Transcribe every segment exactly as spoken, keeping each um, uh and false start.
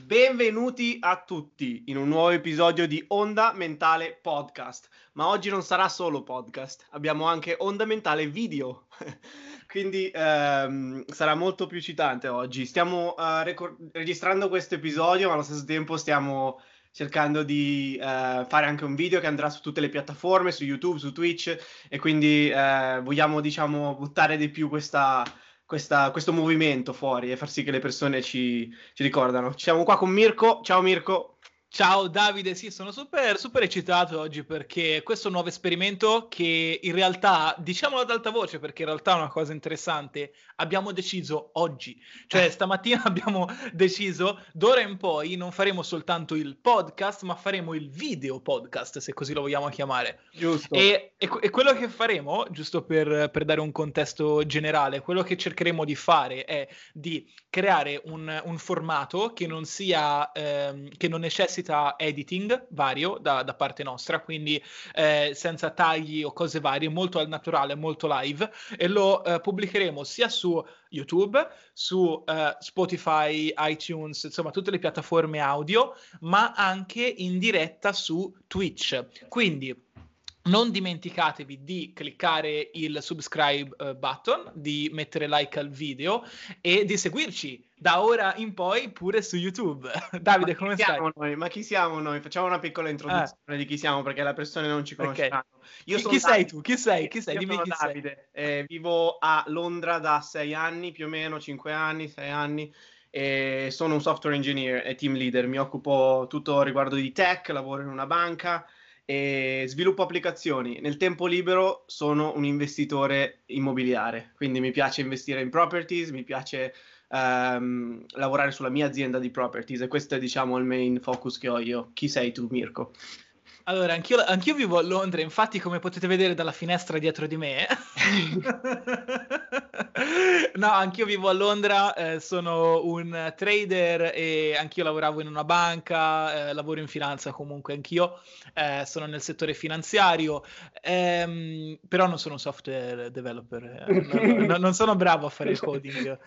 Benvenuti a tutti in un nuovo episodio di Onda Mentale Podcast, ma oggi non sarà solo podcast, abbiamo anche Onda Mentale Video, quindi ehm, sarà molto più eccitante oggi. Stiamo uh, recor- registrando questo episodio, ma allo stesso tempo stiamo cercando di uh, fare anche un video che andrà su tutte le piattaforme, su YouTube, su Twitch, e quindi uh, vogliamo, diciamo, buttare di più questa... Questa, questo movimento fuori e far sì che le persone ci, ci ricordano. Siamo qua con Mirko. Ciao Mirko. Ciao Davide, sì, sono super, super eccitato oggi perché questo è un nuovo esperimento che in realtà, diciamolo ad alta voce perché in realtà è una cosa interessante, abbiamo deciso oggi, cioè stamattina abbiamo deciso d'ora in poi non faremo soltanto il podcast ma faremo il video podcast, se così lo vogliamo chiamare. Giusto. E, e, e quello che faremo, giusto per, per dare un contesto generale, quello che cercheremo di fare è di creare un, un formato che non sia, ehm, che non necessita editing vario da, da parte nostra, quindi eh, senza tagli o cose varie, molto al naturale, molto live, e lo eh, pubblicheremo sia su YouTube, su eh, Spotify, iTunes, insomma tutte le piattaforme audio, ma anche in diretta su Twitch. Quindi non dimenticatevi di cliccare il subscribe uh, button, di mettere like al video e di seguirci da ora in poi pure su YouTube. Davide, come stai? Noi? Ma chi siamo noi? Facciamo una piccola introduzione ah. di chi siamo, perché le persone non ci conosceranno. Okay. Io chi, sono chi sei tu? Chi sei? Chi sei? Io Dimmi sono chi Davide. sei. Eh, vivo a Londra da sei anni, più o meno, cinque anni, sei anni. E sono un software engineer e team leader. Mi occupo tutto riguardo di tech, lavoro in una banca e sviluppo applicazioni. Nel tempo libero sono un investitore immobiliare, quindi mi piace investire in properties, mi piace um, lavorare sulla mia azienda di properties, e questo è, diciamo, il main focus che ho io. Chi sei tu, Mirko? Allora, anch'io, anch'io vivo a Londra, infatti come potete vedere dalla finestra dietro di me, no, anch'io vivo a Londra, eh, sono un trader e anch'io lavoravo in una banca, eh, lavoro in finanza comunque anch'io, eh, sono nel settore finanziario, ehm, però non sono un software developer, eh, non, non, non sono bravo a fare il coding.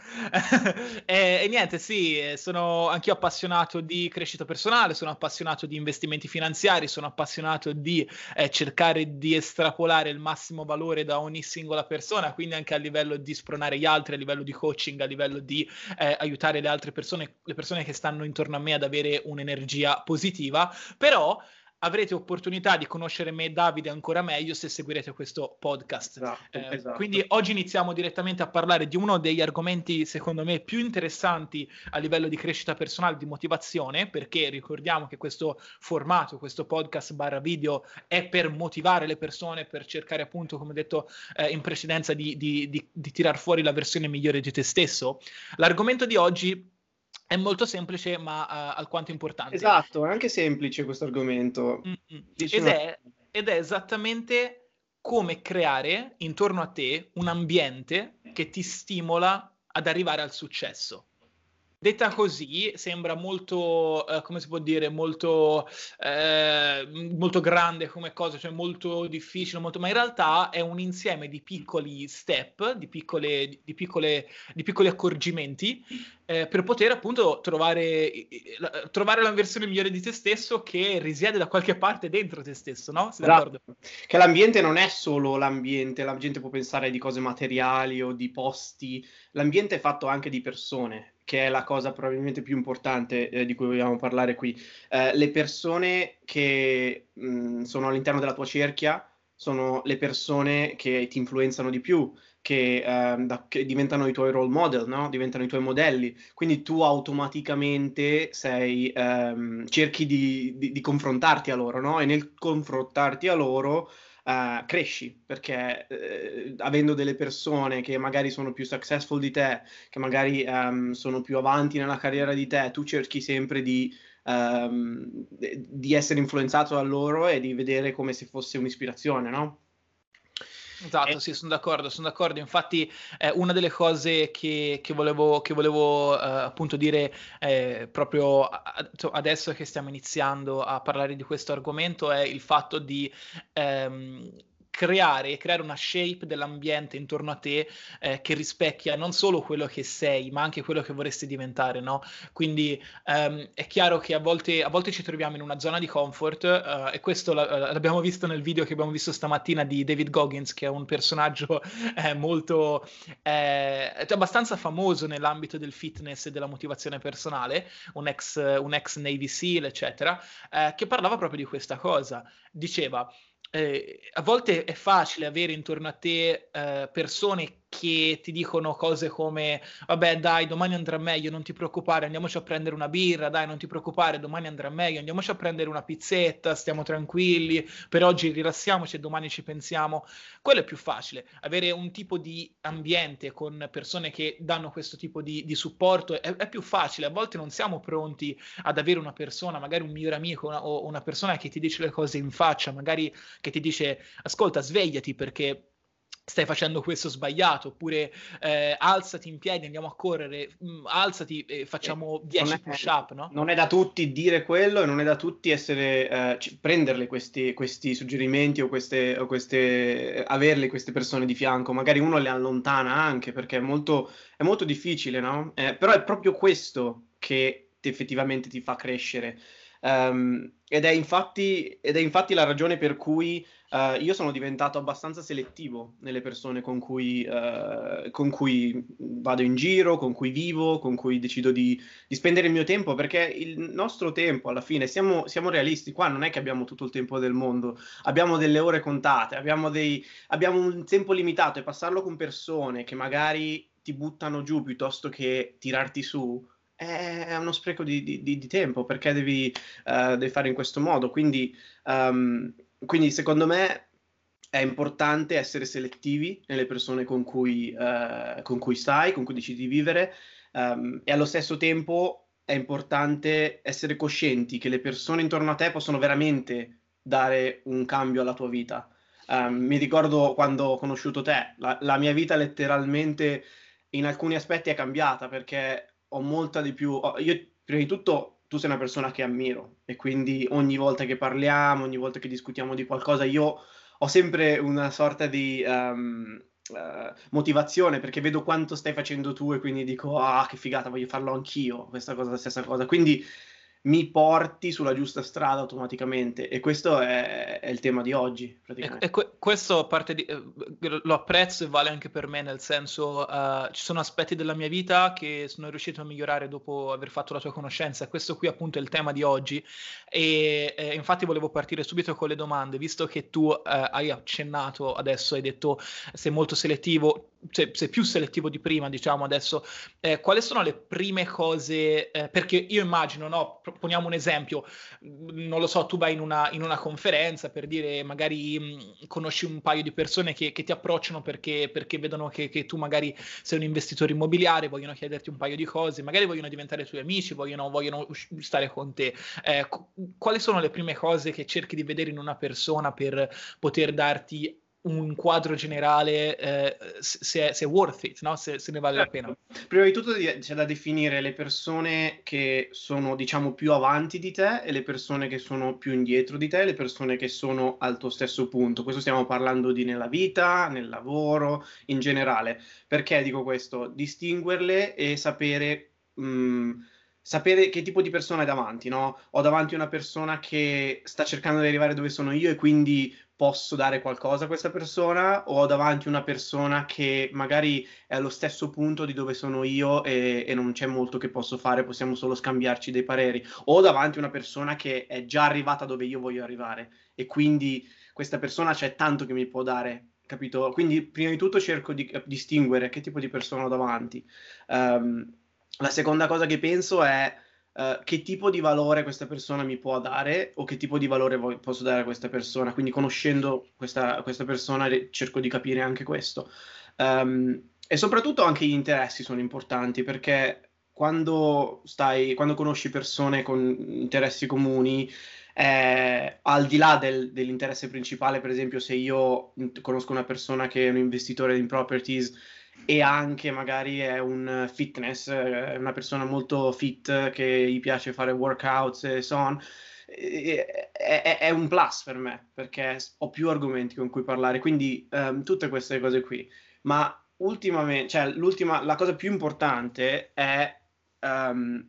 e, e niente, sì, sono anch'io appassionato di crescita personale, sono appassionato di investimenti finanziari, sono appassionato di eh, cercare di estrapolare il massimo valore da ogni singola persona, quindi anche a livello di spronare gli altri, a livello di coaching, a livello di eh, aiutare le altre persone, le persone che stanno intorno a me ad avere un'energia positiva, però avrete opportunità di conoscere me e Davide ancora meglio se seguirete questo podcast. Esatto, eh, esatto. Quindi oggi iniziamo direttamente a parlare di uno degli argomenti secondo me più interessanti a livello di crescita personale, di motivazione, perché ricordiamo che questo formato, questo podcast barra video è per motivare le persone, per cercare appunto, come detto eh, in precedenza, di, di, di, di tirar fuori la versione migliore di te stesso. L'argomento di oggi è molto semplice, ma uh, alquanto importante. Esatto, è anche semplice questo argomento. Ed è, ed è esattamente come creare intorno a te un ambiente che ti stimola ad arrivare al successo. Detta così sembra molto, eh, come si può dire, molto, eh, molto grande come cosa, cioè molto difficile, molto, ma in realtà è un insieme di piccoli step, di, piccole, di, piccole, di piccoli accorgimenti eh, per poter appunto trovare, trovare la versione migliore di te stesso che risiede da qualche parte dentro te stesso, no? Sei d'accordo? Che l'ambiente non è solo l'ambiente, la gente può pensare di cose materiali o di posti, l'ambiente è fatto anche di persone, che è la cosa probabilmente più importante eh, di cui vogliamo parlare qui. Eh, le persone che mh, sono all'interno della tua cerchia sono le persone che ti influenzano di più, che, eh, da, che diventano i tuoi role model, no? Diventano i tuoi modelli. Quindi tu automaticamente sei, ehm, cerchi di, di, di confrontarti a loro, no? E nel confrontarti a loro Uh, cresci, perché uh, avendo delle persone che magari sono più successful di te, che magari um, sono più avanti nella carriera di te, tu cerchi sempre di, um, di essere influenzato da loro e di vedere come se fosse un'ispirazione, no? Esatto, sì, sono d'accordo, sono d'accordo. Infatti eh, una delle cose che, che volevo, che volevo eh, appunto dire eh, proprio adesso che stiamo iniziando a parlare di questo argomento è il fatto di ehm, creare, creare una shape dell'ambiente intorno a te eh, che rispecchia non solo quello che sei, ma anche quello che vorresti diventare, no? Quindi ehm, è chiaro che a volte, a volte ci troviamo in una zona di comfort eh, e questo la, l'abbiamo visto nel video che abbiamo visto stamattina di David Goggins, che è un personaggio eh, molto eh, abbastanza famoso nell'ambito del fitness e della motivazione personale, un ex, un ex Navy SEAL, eccetera, eh, che parlava proprio di questa cosa. Diceva eh, a volte è facile avere intorno a te eh, persone che ti dicono cose come vabbè dai domani andrà meglio, non ti preoccupare, andiamoci a prendere una birra, dai non ti preoccupare, domani andrà meglio, andiamoci a prendere una pizzetta, stiamo tranquilli, per oggi rilassiamoci e domani ci pensiamo. Quello è più facile, avere un tipo di ambiente con persone che danno questo tipo di, di supporto è, è più facile. A volte non siamo pronti ad avere una persona, magari un migliore amico una, o una persona che ti dice le cose in faccia, magari che ti dice ascolta svegliati perché stai facendo questo sbagliato, oppure eh, alzati in piedi, andiamo a correre, mh, alzati e facciamo dieci push-up, no? Non è da tutti dire quello e non è da tutti essere, eh, c- prenderle questi, questi suggerimenti o queste, o queste, averle queste persone di fianco, magari uno le allontana anche perché è molto, è molto difficile, no? Eh, però è proprio questo che ti- effettivamente ti fa crescere. Ehm, ed è infatti, ed è infatti la ragione per cui eh, io sono diventato abbastanza selettivo nelle persone con cui, eh, con cui vado in giro, con cui vivo, con cui decido di, di spendere il mio tempo, perché il nostro tempo, alla fine, siamo, siamo realisti, qua non è che abbiamo tutto il tempo del mondo, abbiamo delle ore contate, abbiamo, dei, abbiamo un tempo limitato e passarlo con persone che magari ti buttano giù piuttosto che tirarti su è uno spreco di, di- di- di tempo perché devi, eh, devi fare in questo modo. Quindi, ehm, quindi secondo me è importante essere selettivi nelle persone con cui, eh, con cui stai, con cui decidi di vivere, ehm, e allo stesso tempo è importante essere coscienti che le persone intorno a te possono veramente dare un cambio alla tua vita. Ehm, mi ricordo quando ho conosciuto te, la, la mia vita letteralmente in alcuni aspetti è cambiata perché ho molta di più. ho- io, prima di tutto, tu sei una persona che ammiro e quindi ogni volta che parliamo, ogni volta che discutiamo di qualcosa, io ho sempre una sorta di ehm, eh, motivazione perché vedo quanto stai facendo tu e quindi dico, ah, che figata, voglio farlo anch'io, questa cosa, la stessa cosa. Quindi mi porti sulla giusta strada automaticamente e questo è, è il tema di oggi, E, praticamente. e que- questo a parte di, eh, lo apprezzo e vale anche per me, nel senso, eh, ci sono aspetti della mia vita che sono riuscito a migliorare dopo aver fatto la tua conoscenza. Questo qui appunto è il tema di oggi e eh, infatti volevo partire subito con le domande, visto che tu eh, hai accennato adesso, hai detto sei molto selettivo, cioè, sei più selettivo di prima, diciamo adesso, eh, quali sono le prime cose, eh, perché io immagino, no, poniamo un esempio, non lo so, tu vai in una, in una conferenza per dire, magari mh, conosci un paio di persone che, che ti approcciano perché, perché vedono che, che tu magari sei un investitore immobiliare, vogliono chiederti un paio di cose, magari vogliono diventare tuoi amici, vogliono, vogliono us- stare con te. Eh, qu- quali sono le prime cose che cerchi di vedere in una persona per poter darti un quadro generale, eh, se, è, se è worth it, no? se, se ne vale la pena? Certo. Prima di tutto di- c'è da definire le persone che sono, diciamo, più avanti di te e le persone che sono più indietro di te, le persone che sono al tuo stesso punto. Questo stiamo parlando di nella vita, nel lavoro, in generale. Perché dico questo? Distinguerle e sapere, mh, sapere che tipo di persona hai davanti, no? Ho davanti una persona che sta cercando di arrivare dove sono io e quindi posso dare qualcosa a questa persona, o ho davanti una persona che magari è allo stesso punto di dove sono io e, e non c'è molto che posso fare, possiamo solo scambiarci dei pareri. O davanti una persona che è già arrivata dove io voglio arrivare e quindi questa persona c'è tanto che mi può dare, capito? Quindi prima di tutto cerco di eh, distinguere che tipo di persona ho davanti. Um, la seconda cosa che penso è uh, che tipo di valore questa persona mi può dare o che tipo di valore vo- posso dare a questa persona. Quindi conoscendo questa, questa persona re- cerco di capire anche questo. Um, e soprattutto anche gli interessi sono importanti perché quando stai, quando conosci persone con interessi comuni, eh, al di là del- dell'interesse principale, per esempio, se io conosco una persona che è un investitore in properties e anche magari è un fitness, è una persona molto fit che gli piace fare workouts e so on, è, è, è un plus per me, perché ho più argomenti con cui parlare, quindi um, tutte queste cose qui. Ma ultimamente, cioè l'ultima, la cosa più importante è, um,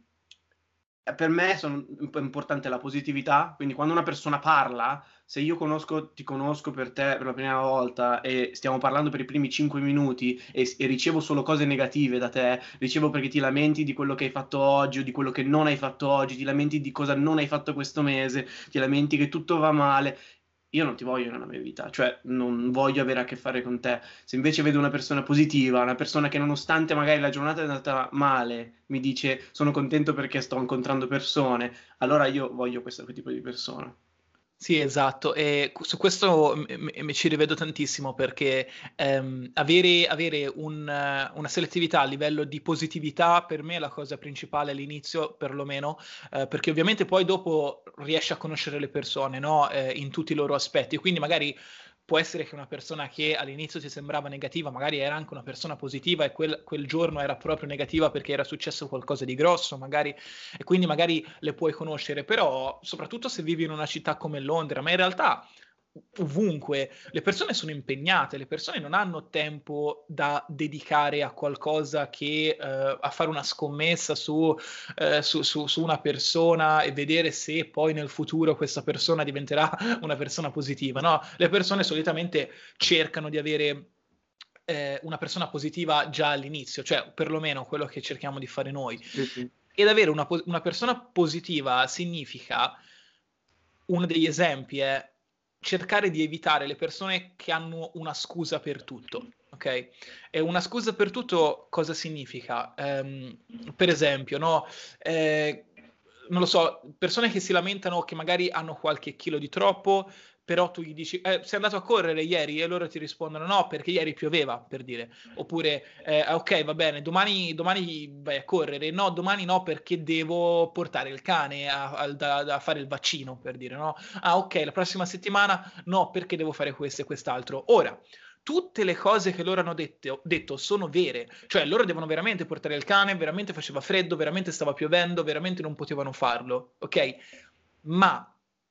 per me sono, è importante la positività, quindi quando una persona parla, se io conosco, ti conosco per te per la prima volta e stiamo parlando per i primi cinque minuti e, e ricevo solo cose negative da te, ricevo perché ti lamenti di quello che hai fatto oggi o di quello che non hai fatto oggi, ti lamenti di cosa non hai fatto questo mese, ti lamenti che tutto va male, io non ti voglio nella mia vita, cioè non voglio avere a che fare con te. Se invece vedo una persona positiva, una persona che nonostante magari la giornata è andata male, mi dice sono contento perché sto incontrando persone, allora io voglio questo tipo di persona. Sì, esatto, e cu- su questo m- m- mi ci rivedo tantissimo perché ehm, avere, avere un, eh, una selettività a livello di positività per me è la cosa principale all'inizio, perlomeno, eh, perché ovviamente poi dopo riesci a conoscere le persone, no? Eh, in tutti i loro aspetti, quindi magari può essere che una persona che all'inizio ti sembrava negativa, magari era anche una persona positiva e quel, quel giorno era proprio negativa perché era successo qualcosa di grosso, magari, e quindi magari le puoi conoscere, però soprattutto se vivi in una città come Londra, ma in realtà ovunque le persone sono impegnate, le persone non hanno tempo da dedicare a qualcosa che eh, a fare una scommessa su, eh, su, su, su una persona e vedere se poi nel futuro questa persona diventerà una persona positiva, no? Le persone solitamente cercano di avere eh, una persona positiva già all'inizio, cioè perlomeno quello che cerchiamo di fare noi. Sì, sì. Ed avere una, una persona positiva significa, uno degli esempi è cercare di evitare le persone che hanno una scusa per tutto, ok? E una scusa per tutto cosa significa? Um, per esempio, no? Eh, non lo so, persone che si lamentano che magari hanno qualche chilo di troppo, però tu gli dici, eh, sei andato a correre ieri? E loro ti rispondono no, perché ieri pioveva, per dire. Oppure, eh, ok, va bene, domani, domani vai a correre. No, domani no, perché devo portare il cane a, a, da, a fare il vaccino, per dire, no? Ah, ok, la prossima settimana no, perché devo fare questo e quest'altro. Ora, tutte le cose che loro hanno detto, detto sono vere, cioè loro devono veramente portare il cane, veramente faceva freddo, veramente stava piovendo, veramente non potevano farlo, ok? Ma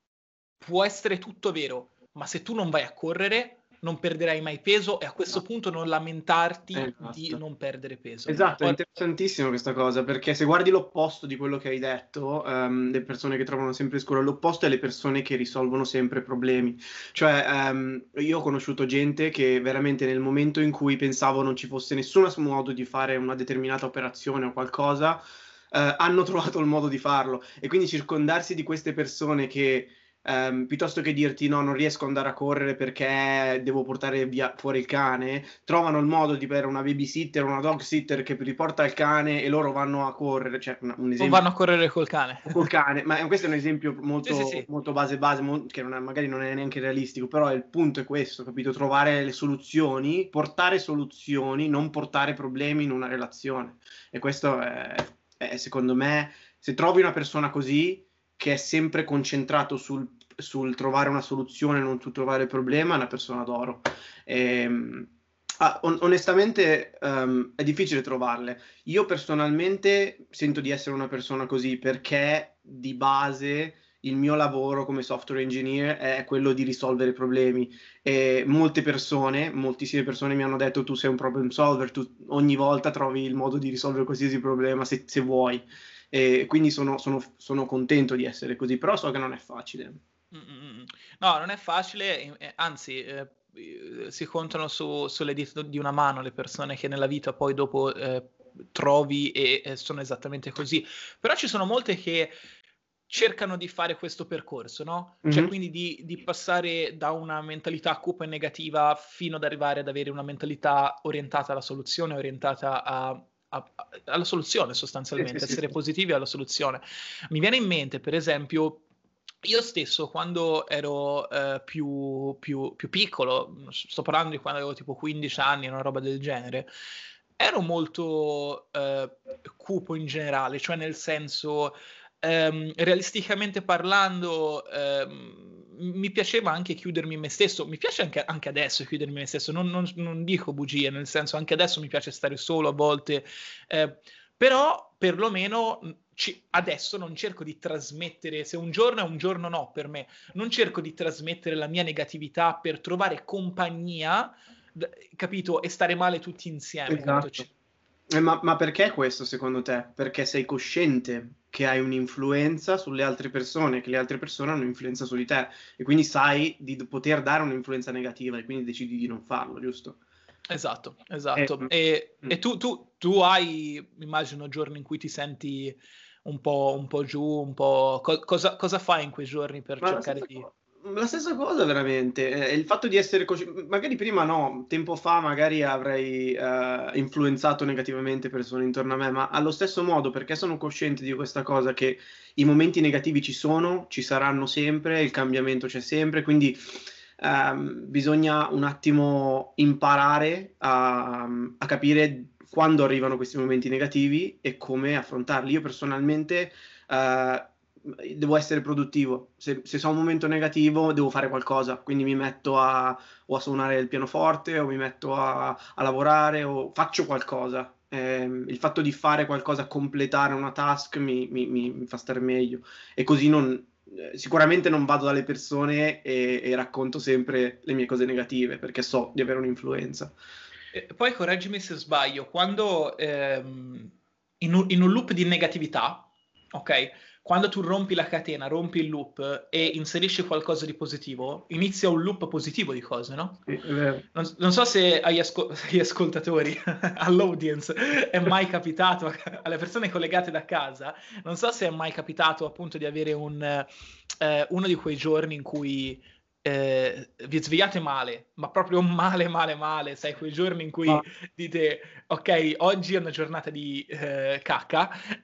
può essere tutto vero, ma se tu non vai a correre non perderai mai peso e a questo punto non lamentarti di Esatto. non perdere peso. Esatto, è Or- interessantissimo questa cosa, perché se guardi l'opposto di quello che hai detto, ehm, le persone che trovano sempre scuro, l'opposto è le persone che risolvono sempre problemi. Cioè, ehm, io ho conosciuto gente che veramente nel momento in cui pensavo non ci fosse nessun modo di fare una determinata operazione o qualcosa, eh, hanno trovato il modo di farlo. E quindi circondarsi di queste persone che ehm, piuttosto che dirti no, non riesco ad andare a correre perché devo portare via fuori il cane, trovano il modo di avere una babysitter o una dog sitter che riporta il cane e loro vanno a correre, cioè un, un o esempio vanno a correre col cane. col cane, ma questo è un esempio Sì, sì, molto, sì. molto base base, mo- che non è- magari non è neanche realistico, però il punto è questo, capito? Trovare le soluzioni, portare soluzioni, non portare problemi in una relazione. E questo è, è, secondo me, se trovi una persona così, che è sempre concentrato sul, sul trovare una soluzione, non sul trovare il problema, è una persona d'oro. Ehm, ah, on- onestamente, ehm, è difficile trovarle. Io personalmente sento di essere una persona così perché di base il mio lavoro come software engineer è quello di risolvere problemi e molte persone, moltissime persone mi hanno detto tu sei un problem solver, tu ogni volta trovi il modo di risolvere qualsiasi problema se, se vuoi. E quindi sono, sono, sono contento di essere così, però so che non è facile. Mm, mm, mm. No, non è facile, eh, anzi, eh, eh, si contano su- sulle dita di una mano le persone che nella vita poi dopo eh, trovi e, e sono esattamente così. Però ci sono molte che cercano di fare questo percorso, no? Cioè, Mhm. quindi di, di passare da una mentalità cupa e negativa fino ad arrivare ad avere una mentalità orientata alla soluzione, orientata a, a- a- alla soluzione Sì, sì, sostanzialmente, sì, essere sì. positivi alla soluzione. Mi viene in mente, per esempio, io stesso quando ero eh, più, più, più piccolo, sto parlando di quando avevo tipo quindici anni, una roba del genere, ero molto eh, cupo in generale, cioè nel senso, ehm, realisticamente parlando, ehm, mi piaceva anche chiudermi in me stesso, mi piace anche, anche adesso chiudermi in me stesso, non, non- non dico bugie, nel senso anche adesso mi piace stare solo a volte, eh, però perlomeno ci, adesso non cerco di trasmettere, se un giorno è un giorno no per me, non cerco di trasmettere la mia negatività per trovare compagnia, capito, e stare male tutti insieme. Esatto. Eh, ma, ma perché questo secondo te? Perché sei cosciente che hai un'influenza sulle altre persone, che le altre persone hanno un'influenza su di te e quindi sai di poter dare un'influenza negativa e quindi decidi di non farlo, giusto? Esatto, esatto. Eh, E, mm. e tu, tu, tu hai, immagino, giorni in cui ti senti un po', un po' giù, un po'... Co- cosa, cosa fai in quei giorni per Ma la cercare stessa, di... co- la stessa cosa veramente, eh, il fatto di essere cosciente, magari prima no, tempo fa magari avrei eh, influenzato negativamente persone intorno a me, ma allo stesso modo perché sono cosciente di questa cosa che i momenti negativi ci sono, ci saranno sempre, il cambiamento c'è sempre, quindi ehm, bisogna un attimo imparare a, a capire quando arrivano questi momenti negativi e come affrontarli. Io personalmente eh, devo essere produttivo. Se, se so un momento negativo, devo fare qualcosa. Quindi mi metto a, o a suonare il pianoforte, o mi metto a, a lavorare, o faccio qualcosa. Eh, il fatto di fare qualcosa, completare una task, mi, mi- mi- mi fa stare meglio. E così non, eh, sicuramente non vado dalle persone e, e racconto sempre le mie cose negative, perché so di avere un'influenza. E poi correggimi se sbaglio, quando ehm, in un, in un loop di negatività, ok? Quando tu rompi la catena, rompi il loop e inserisci qualcosa di positivo, inizia un loop positivo di cose, no? Sì, è vero. Non, non so se agli, asco- agli ascoltatori, all'audience, è mai capitato, alle persone collegate da casa, non so se è mai capitato appunto di avere un, eh, uno di quei giorni in cui eh, vi svegliate male, ma proprio male, male, male, sai, quei giorni in Ma cui dite, ok, oggi è una giornata di eh, cacca,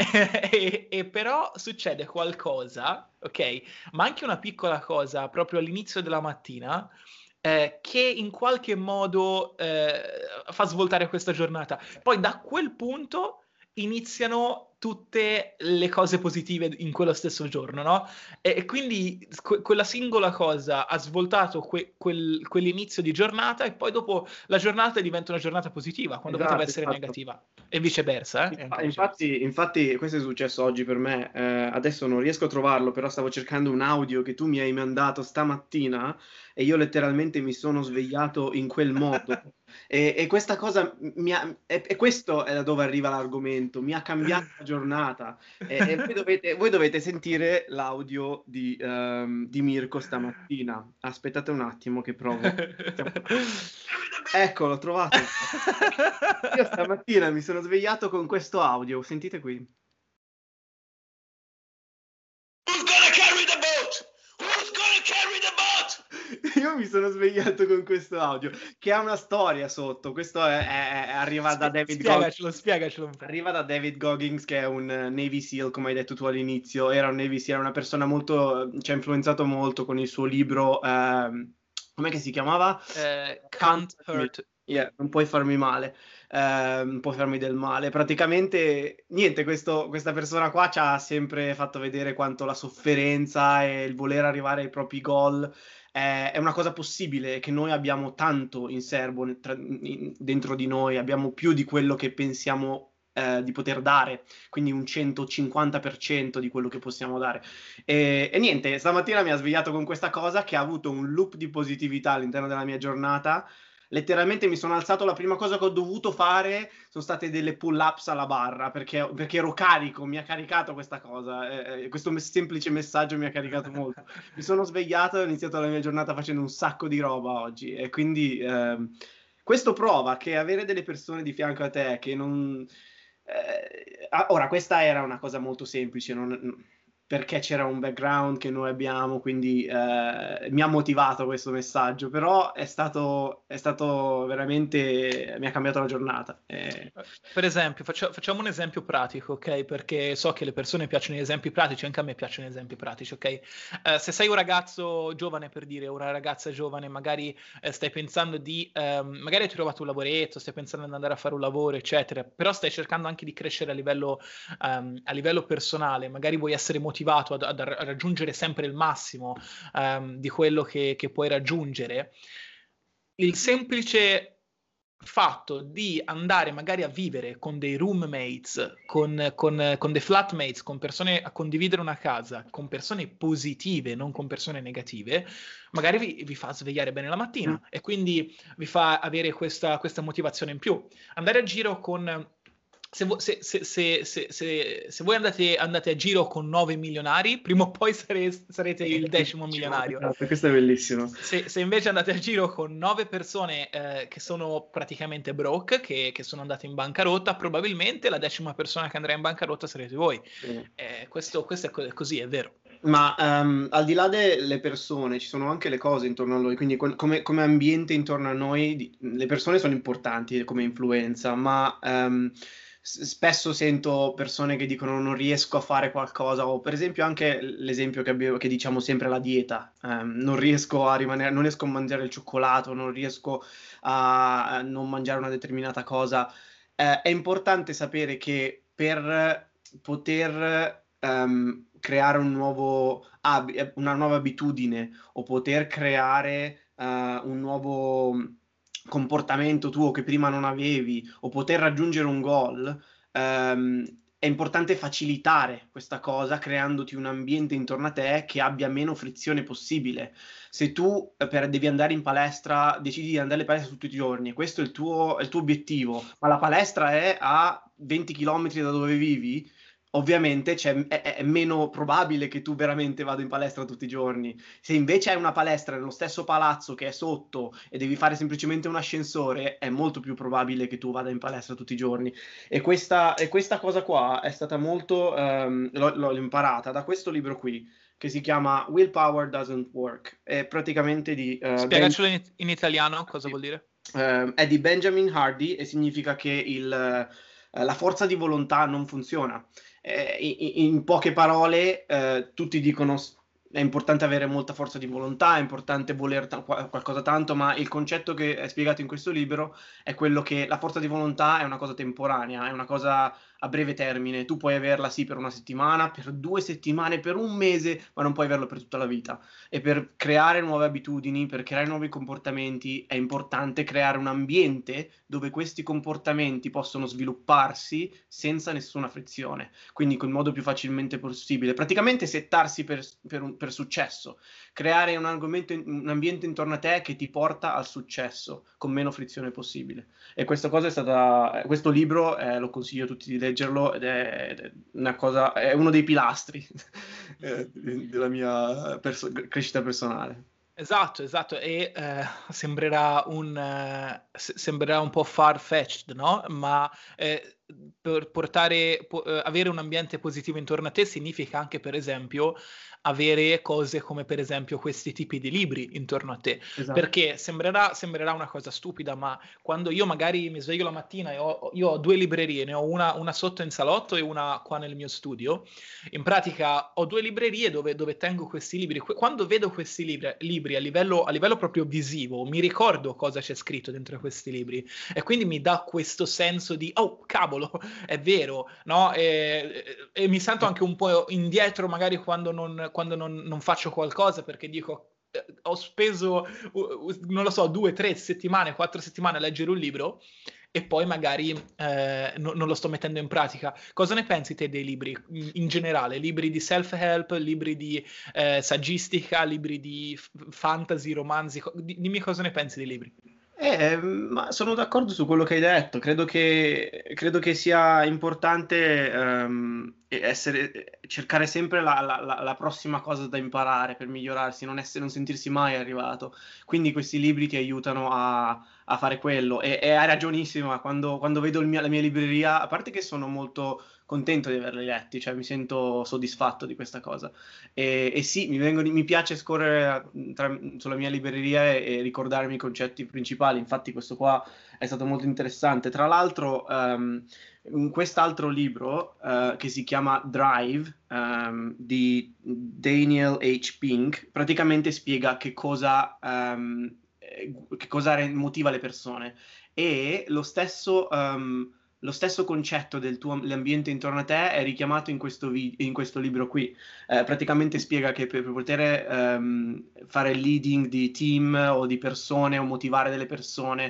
e, e però succede qualcosa, ok, ma anche una piccola cosa proprio all'inizio della mattina, eh, che in qualche modo eh, fa svoltare questa giornata. Poi da quel punto iniziano tutte le cose positive in quello stesso giorno, no? E, e quindi que- quella singola cosa ha svoltato que- quel- quell'inizio di giornata e poi dopo la giornata diventa una giornata positiva, quando poteva esatto, essere esatto. negativa. E viceversa, eh? E Infa- anche viceversa. Infatti, infatti, questo è successo oggi per me. Eh, adesso non riesco a trovarlo, però stavo cercando un audio che tu mi hai mandato stamattina e io letteralmente mi sono svegliato in quel modo. E, e questa cosa mi ha, e, e questo è da dove arriva l'argomento, mi ha cambiato la giornata. E, e voi dovete, voi dovete sentire l'audio di, ehm, di Mirko stamattina. Aspettate un attimo che provo. Ecco, l'ho trovato. Io stamattina mi sono svegliato con questo audio, sentite qui. Who's gonna carry the boat? Who's gonna carry the boat? Io mi sono svegliato con questo audio, che ha una storia sotto. Questo è, è- è- arriva da Spie- David Goggins. spiegacelo, spiegacelo un po'. Arriva da David Goggins, che è un eh, Navy SEAL, come hai detto tu all'inizio. Era un Navy SEAL, era una persona molto, ci ha influenzato molto con il suo libro, ehm, com'è che si chiamava? Eh, Can't can't Hurt Me. hurt. Yeah, non puoi farmi male, eh, non puoi farmi del male. Praticamente, niente, questo- questa persona qua ci ha sempre fatto vedere quanto la sofferenza e il voler arrivare ai propri goal è, è una cosa possibile, che noi abbiamo tanto in serbo tra- in- dentro di noi, abbiamo più di quello che pensiamo eh, di poter dare, quindi un centocinquanta per cento di quello che possiamo dare. E, e niente, stamattina mi ha svegliato con questa cosa che ha avuto un loop di positività all'interno della mia giornata. Letteralmente mi sono alzato, la prima cosa che ho dovuto fare sono state delle pull-ups alla barra perché, perché ero carico, mi ha caricato questa cosa, eh, eh, questo me- semplice messaggio mi ha caricato molto. Mi sono svegliato e ho iniziato la mia giornata facendo un sacco di roba oggi e quindi ehm, questo prova che avere delle persone di fianco a te che non... eh, ah, ora, questa era una cosa molto semplice, non- perché c'era un background che noi abbiamo, quindi eh, mi ha motivato questo messaggio, però è stato, è stato veramente, mi ha cambiato la giornata. Eh, Per esempio, faccia- facciamo un esempio pratico, ok? Perché so che le persone piacciono gli esempi pratici, anche a me piacciono gli esempi pratici, ok? Eh, se sei un ragazzo giovane, per dire, una ragazza giovane, magari eh, stai pensando di, ehm, magari hai trovato un lavoretto, stai pensando di andare a fare un lavoro, eccetera, però stai cercando anche di crescere a livello, ehm, a livello personale, magari vuoi essere motivato ad- ad- a raggiungere sempre il massimo ehm, di quello che, che puoi raggiungere. Il semplice fatto di andare magari a vivere con dei roommates, con, con, con dei flatmates, con persone a condividere una casa, con persone positive, non con persone negative, magari vi, vi fa svegliare bene la mattina e quindi vi fa avere questa, questa motivazione in più. Andare a giro con... Se, vo- se, se, se, se, se, se voi andate, andate a giro con nove milionari, prima o poi sare- sarete il decimo milionario. Esatto, questo è bellissimo. Se, se invece andate a giro con nove persone eh, che sono praticamente broke, che, che sono andate in bancarotta, probabilmente la decima persona che andrà in bancarotta sarete voi. Sì. Eh, questo, questo è co- così, è vero. Ma um, al di là delle persone, ci sono anche le cose intorno a noi, quindi que- come, come ambiente intorno a noi, di- le persone sono importanti come influenza, ma um, s- spesso sento persone che dicono non riesco a fare qualcosa, o per esempio anche l'esempio che, abbiamo, che diciamo sempre la dieta, um, non riesco a rimanere, non riesco a mangiare il cioccolato, non riesco a non mangiare una determinata cosa. Eh, è importante sapere che per poter ehm, creare un nuovo ab- una nuova abitudine o poter creare eh, un nuovo comportamento tuo che prima non avevi o poter raggiungere un goal, ehm, è importante facilitare questa cosa creandoti un ambiente intorno a te che abbia meno frizione possibile. Se tu eh, per, devi andare in palestra, decidi di andare in palestra tutti i giorni, questo è il tuo, è il tuo obiettivo, ma la palestra è a venti chilometri da dove vivi, ovviamente c'è- è, è meno probabile che tu veramente vada in palestra tutti i giorni. Se invece hai una palestra nello stesso palazzo che è sotto e devi fare semplicemente un ascensore, è molto più probabile che tu vada in palestra tutti i giorni. E questa, e questa cosa qua è stata molto, ehm, l'ho, l'ho imparata da questo libro qui, che si chiama Willpower Doesn't Work. È praticamente di, eh, Ben- Spiegacelo in, in italiano, cosa vuol dire? eh, è di Benjamin Hardy e significa che il, eh, la forza di volontà non funziona. Eh, in, in poche parole, eh, tutti dicono s- è importante avere molta forza di volontà, è importante voler ta- qua- qualcosa tanto, ma il concetto che è spiegato in questo libro è quello che la forza di volontà è una cosa temporanea, è una cosa a breve termine. Tu puoi averla sì per una settimana, per due settimane, per un mese, ma non puoi averlo per tutta la vita. E per creare nuove abitudini, per creare nuovi comportamenti, è importante creare un ambiente dove questi comportamenti possono svilupparsi senza nessuna frizione, quindi col modo più facilmente possibile. Praticamente settarsi per, per, un, per successo, creare un, argomento, un ambiente intorno a te che ti porta al successo con meno frizione possibile. E questa cosa è stata, questo libro eh, lo consiglio a tutti di leggerlo ed è, ed è una cosa, è uno dei pilastri eh, della mia perso- crescita personale. Esatto, esatto, e eh, sembrerà un, eh, se- sembrerà un po' far-fetched, no? Ma eh, per portare, po- eh, avere un ambiente positivo intorno a te significa anche, per esempio, avere cose come, per esempio, questi tipi di libri intorno a te. Esatto. Perché sembrerà, sembrerà una cosa stupida, ma quando io magari mi sveglio la mattina e ho, io ho due librerie, ne ho una, una sotto in salotto e una qua nel mio studio. In pratica ho due librerie dove, dove tengo questi libri. Que- Quando vedo questi libri, libri a livello, a livello proprio visivo, mi ricordo cosa c'è scritto dentro questi libri e quindi mi dà questo senso di, oh, cavolo, è vero, no? E, e- e mi sento anche un po' indietro magari quando non, quando non, non faccio qualcosa perché dico, eh, ho speso, uh, uh, non lo so, due, tre settimane, quattro settimane a leggere un libro e poi magari eh, no- non lo sto mettendo in pratica. Cosa ne pensi te dei libri in, in generale? Libri di self-help, libri di eh, saggistica, libri di f- fantasy, romanzi? Co- di- dimmi cosa ne pensi dei libri. Eh, ma sono d'accordo su quello che hai detto. Credo che, credo che sia importante ehm, essere, cercare sempre la, la- la- la prossima cosa da imparare per migliorarsi, non, essere, non sentirsi mai arrivato. Quindi questi libri ti aiutano a, a fare quello. E, e hai ragionissima, quando, quando vedo il mia- la mia libreria, a parte che sono molto contento di averli letti, cioè mi sento soddisfatto di questa cosa. E, e sì, mi, vengono- mi piace scorrere tra- sulla mia libreria e, e ricordarmi i concetti principali. Infatti, questo qua è stato molto interessante. Tra l'altro, ehm, in quest'altro libro eh, che si chiama Drive ehm, di Daniel H. Pink, praticamente spiega che cosa, ehm, eh, che cosa re- motiva le persone. E lo stesso. ehm, lo stesso concetto del tuo l'ambiente intorno a te è richiamato in questo, vi- in questo libro qui. Eh, praticamente spiega che per, per poter ehm, fare il leading di team o di persone o motivare delle persone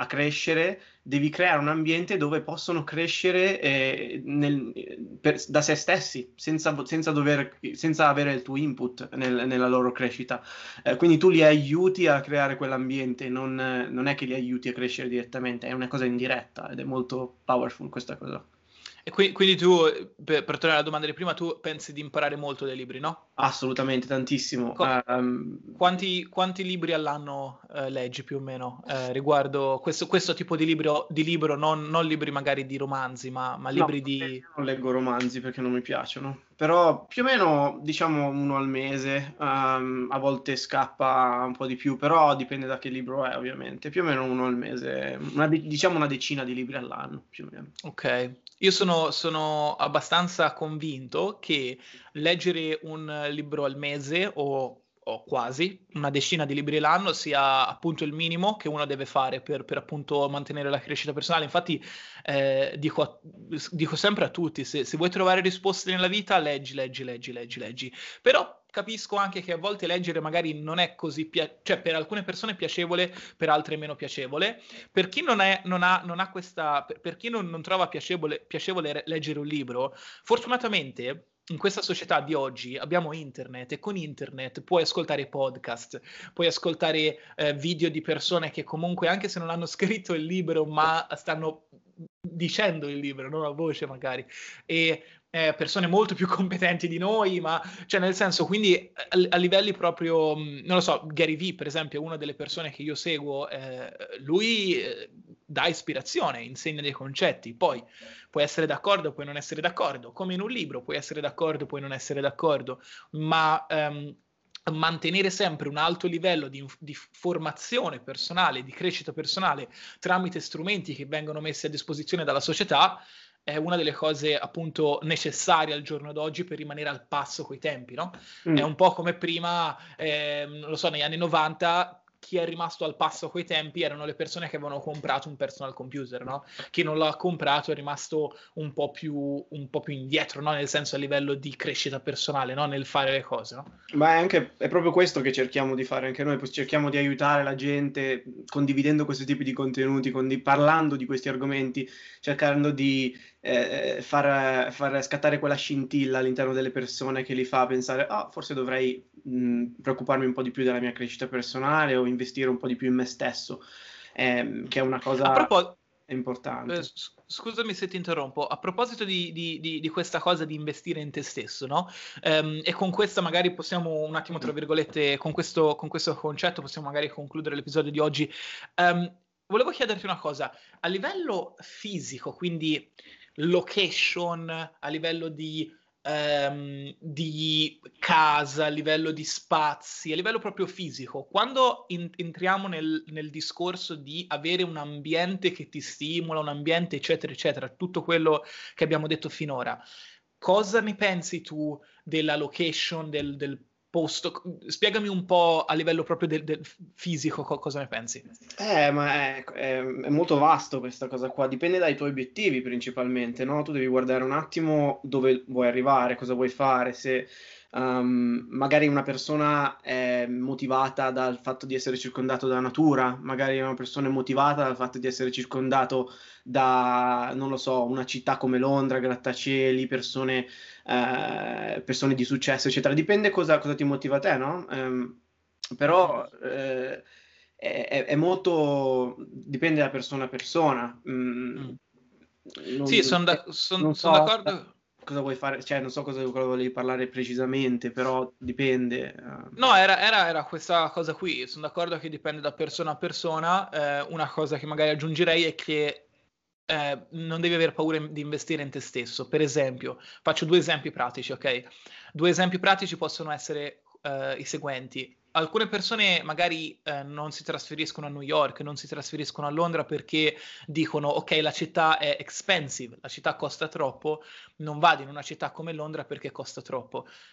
a crescere, devi creare un ambiente dove possono crescere eh, nel, per, da se stessi, senza, senza, dover, senza avere il tuo input nel, nella loro crescita. Eh, quindi tu li aiuti a creare quell'ambiente, non, non è che li aiuti a crescere direttamente, è una cosa indiretta ed è molto powerful questa cosa. E qui, quindi tu, per, per tornare alla domanda di prima, tu pensi di imparare molto dai libri, no? Assolutamente, tantissimo. Co- Um, quanti, quanti libri all'anno eh, leggi più o meno eh, riguardo questo, questo tipo di libro, di libro non, non libri magari di romanzi, ma, ma libri no, di... non leggo romanzi perché non mi piacciono, però più o meno diciamo uno al mese, um, a volte scappa un po' di più, però dipende da che libro è ovviamente, più o meno uno al mese, una de- diciamo una decina di libri all'anno più o meno. Ok, io sono, sono abbastanza convinto che leggere un libro al mese o, o quasi una decina di libri l'anno sia appunto il minimo che uno deve fare per, per appunto mantenere la crescita personale. Infatti eh, dico, a- dico sempre a tutti, se, se vuoi trovare risposte nella vita, leggi, leggi, leggi, leggi, leggi. Però capisco anche che a volte leggere magari non è così, pia- cioè per alcune persone è piacevole, per altre meno piacevole. Per chi non, è, non, ha, non ha questa, per, per chi non, non trova piacevole, piacevole leggere un libro, fortunatamente in questa società di oggi abbiamo internet e con internet puoi ascoltare podcast, puoi ascoltare eh, video di persone che comunque anche se non hanno scritto il libro ma stanno dicendo il libro, non a voce magari, e eh, persone molto più competenti di noi, ma cioè nel senso, quindi a, a livelli proprio, mh, non lo so, Gary Vee per esempio è una delle persone che io seguo, eh, lui eh, dà ispirazione, insegna dei concetti, poi puoi essere d'accordo, puoi non essere d'accordo, come in un libro puoi essere d'accordo, puoi non essere d'accordo, ma ehm, mantenere sempre un alto livello di, di formazione personale, di crescita personale tramite strumenti che vengono messi a disposizione dalla società è una delle cose appunto necessarie al giorno d'oggi per rimanere al passo coi tempi, no? Mm. È un po' come prima, eh, non lo so, negli anni novanta chi è rimasto al passo coi tempi erano le persone che avevano comprato un personal computer, no? Chi non l'ha comprato è rimasto un po' più, un po' più indietro, no? Nel senso a livello di crescita personale, no? Nel fare le cose, no? Ma è anche è proprio questo che cerchiamo di fare anche noi, poi cerchiamo di aiutare la gente condividendo questi tipi di contenuti, condi- parlando di questi argomenti, cercando di eh, far, far scattare quella scintilla all'interno delle persone che li fa pensare, ah, forse dovrei mh, preoccuparmi un po' di più della mia crescita personale o investire un po' di più in me stesso, ehm, che è una A cosa proposito, importante. Eh, scusami se ti interrompo, a proposito di, di- di- di questa cosa di investire in te stesso, no? Ehm, e con questa magari possiamo un attimo, tra virgolette, con questo, con questo concetto possiamo magari concludere l'episodio di oggi. Ehm, volevo chiederti una cosa, a livello fisico, quindi location, a livello di, ehm, di casa, a livello di spazi, a livello proprio fisico, quando in- entriamo nel, nel discorso di avere un ambiente che ti stimola, un ambiente eccetera eccetera, tutto quello che abbiamo detto finora, cosa ne pensi tu della location, del, del posto? Spiegami un po' a livello proprio del, del fisico co- cosa ne pensi. Eh, ma è, è- è molto vasto questa cosa qua, dipende dai tuoi obiettivi principalmente, no? Tu devi guardare un attimo dove vuoi arrivare, cosa vuoi fare, se um, magari una persona è motivata dal fatto di essere circondato da natura, magari una persona è motivata dal fatto di essere circondato da, non lo so, una città come Londra, grattacieli, persone, eh, persone di successo, eccetera. Dipende cosa, cosa ti motiva a te, no? Ehm, però... eh, è, è- è molto dipende da persona a persona. Mm, Mm. non, Sì, sono son, non son so d'accordo. cosa vuoi fare, cioè non so cosa, cosa volevi parlare precisamente, però dipende. eh. No, era, era- era questa cosa qui, sono d'accordo che dipende da persona a persona. Eh, una cosa che magari aggiungerei è che eh, non devi aver paura di investire in te stesso. Per esempio, faccio due esempi pratici, ok? Due esempi pratici possono essere eh, i seguenti. Alcune persone magari eh, non si trasferiscono a New York, non si trasferiscono a Londra perché dicono ok, la città è expensive, la città costa troppo, non vado in una città come Londra perché costa troppo.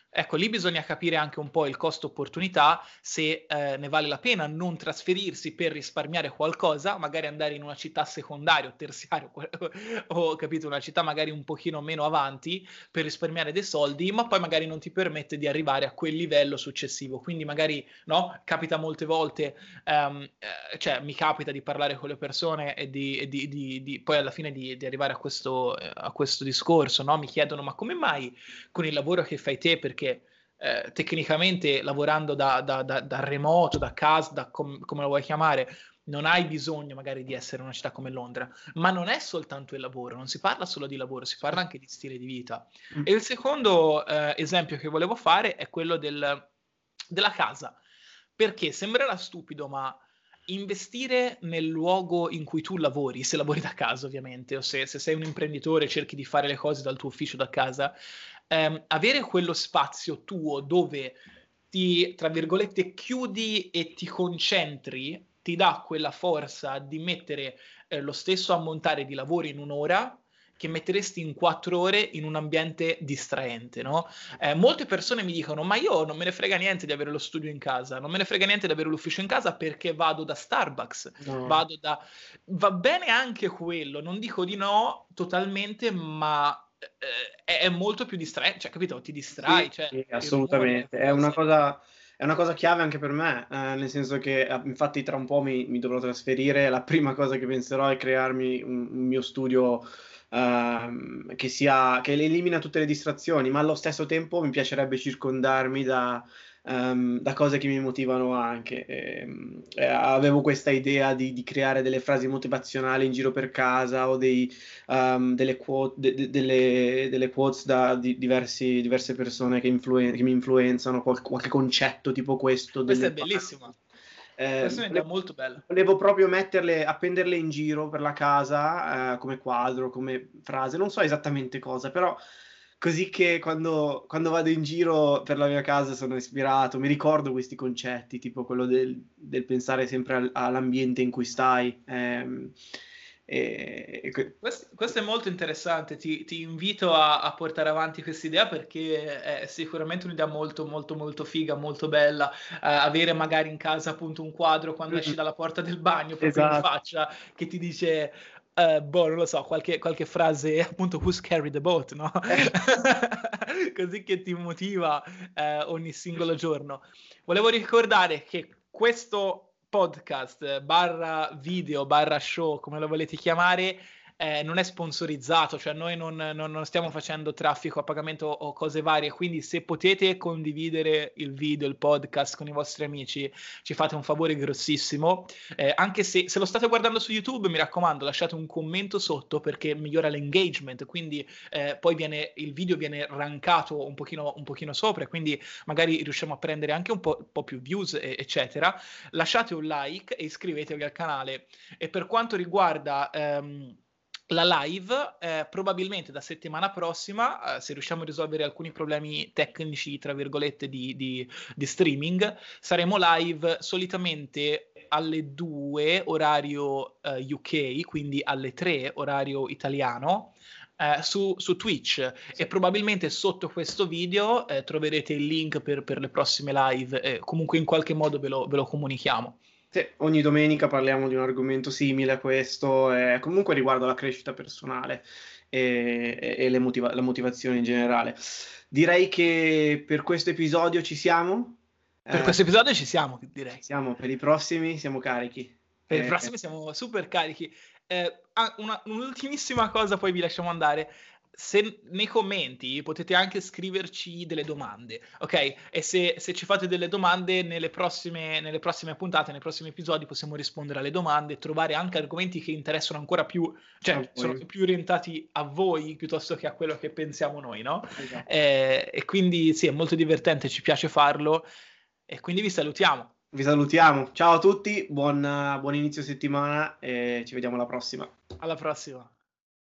Ecco, lì bisogna capire anche un po' il costo opportunità, se eh, ne vale la pena non trasferirsi per risparmiare qualcosa, magari andare in una città secondaria o terziaria o capito, una città magari un pochino meno avanti per risparmiare dei soldi, ma poi magari non ti permette di arrivare a quel livello successivo. Quindi magari, no, capita molte volte, um, eh, cioè mi capita di parlare con le persone e di, e di, di, di poi alla fine di, di arrivare a questo, a questo discorso, no? Mi chiedono ma come mai con il lavoro che fai te, perché eh, tecnicamente lavorando da, da, da, da remoto, da casa, da com- come lo vuoi chiamare, non hai bisogno magari di essere in una città come Londra, ma non è soltanto il lavoro, non si parla solo di lavoro, si parla anche di stile di vita. Mm. E il secondo eh, esempio che volevo fare è quello del, della casa, perché sembrerà stupido, ma investire nel luogo in cui tu lavori, se lavori da casa ovviamente, o se, se sei un imprenditore e cerchi di fare le cose dal tuo ufficio da casa, ehm, avere quello spazio tuo dove ti, tra virgolette, chiudi e ti concentri, ti dà quella forza di mettere eh, lo stesso ammontare di lavoro in un'ora che metteresti in quattro ore in un ambiente distraente, no? Eh, molte persone mi dicono, ma io non me ne frega niente di avere lo studio in casa, non me ne frega niente di avere l'ufficio in casa perché vado da Starbucks, no. vado da... Va bene anche quello, non dico di no totalmente, ma eh, è molto più distraente, cioè, capito? Ti distrai, sì, cioè, sì, assolutamente, è una cosa... È una cosa chiave anche per me, eh, nel senso che infatti tra un po' mi, mi dovrò trasferire, la prima cosa che penserò è crearmi un, un mio studio uh, che sia, che elimina tutte le distrazioni, ma allo stesso tempo mi piacerebbe circondarmi da, um, da cose che mi motivano anche. E, e avevo questa idea di, di creare delle frasi motivazionali in giro per casa o dei, um, delle, quote, de, de, delle, delle quotes da di, diversi, diverse persone che, influen- che mi influenzano, qual- qualche concetto tipo questo. Questa delle... è bellissima. Eh, Questa è un'idea molto bella. Volevo proprio metterle, appenderle in giro per la casa, eh, come quadro, come frase, non so esattamente cosa, però così che quando, quando vado in giro per la mia casa sono ispirato, mi ricordo questi concetti, tipo quello del, del pensare sempre al, all'ambiente in cui stai. Ehm, e, e... Questo, questo è molto interessante, ti, ti invito a, a portare avanti questa idea perché è sicuramente un'idea molto molto molto figa, molto bella, uh, avere magari in casa appunto un quadro quando esci dalla porta del bagno proprio esatto. in faccia che ti dice uh, boh non lo so, qualche, qualche frase appunto who's carry the boat, no? Così che ti motiva uh, ogni singolo giorno. Volevo ricordare che questo podcast barra video barra show, come lo volete chiamare, eh, non è sponsorizzato, cioè noi non, non, non stiamo facendo traffico a pagamento o cose varie, quindi se potete condividere il video, il podcast con i vostri amici, ci fate un favore grossissimo, eh, anche se, se lo state guardando su YouTube, mi raccomando, lasciate un commento sotto perché migliora l'engagement, quindi eh, poi viene, il video viene rankato un pochino, un pochino sopra, quindi magari riusciamo a prendere anche un po', un po' più views, e, eccetera. Lasciate un like e iscrivetevi al canale. E per quanto riguarda ehm, la live, eh, probabilmente da settimana prossima, eh, se riusciamo a risolvere alcuni problemi tecnici, tra virgolette, di, di, di streaming, saremo live solitamente alle due orario eh, U K, quindi alle tre orario italiano, eh, su, su Twitch, sì. E probabilmente sotto questo video eh, troverete il link per, per le prossime live, e comunque in qualche modo ve lo, ve lo comunichiamo. Sì, ogni domenica parliamo di un argomento simile a questo, e comunque riguardo la crescita personale e, e le motiva- la motivazione in generale. Direi che per questo episodio ci siamo. Per eh, questo episodio ci siamo, direi. Siamo, per i prossimi siamo carichi. Per eh, i prossimi siamo super carichi. Eh, una, un'ultimissima cosa, poi vi lasciamo andare. Se nei commenti potete anche scriverci delle domande, ok? E se, se ci fate delle domande nelle prossime, nelle prossime puntate, nei prossimi episodi possiamo rispondere alle domande, trovare anche argomenti che interessano ancora più, cioè sono più orientati a voi piuttosto che a quello che pensiamo noi, no? Esatto. Eh, e quindi sì, è molto divertente, ci piace farlo e quindi vi salutiamo. Vi salutiamo, ciao a tutti, buon, buon inizio settimana e ci vediamo alla prossima. Alla prossima.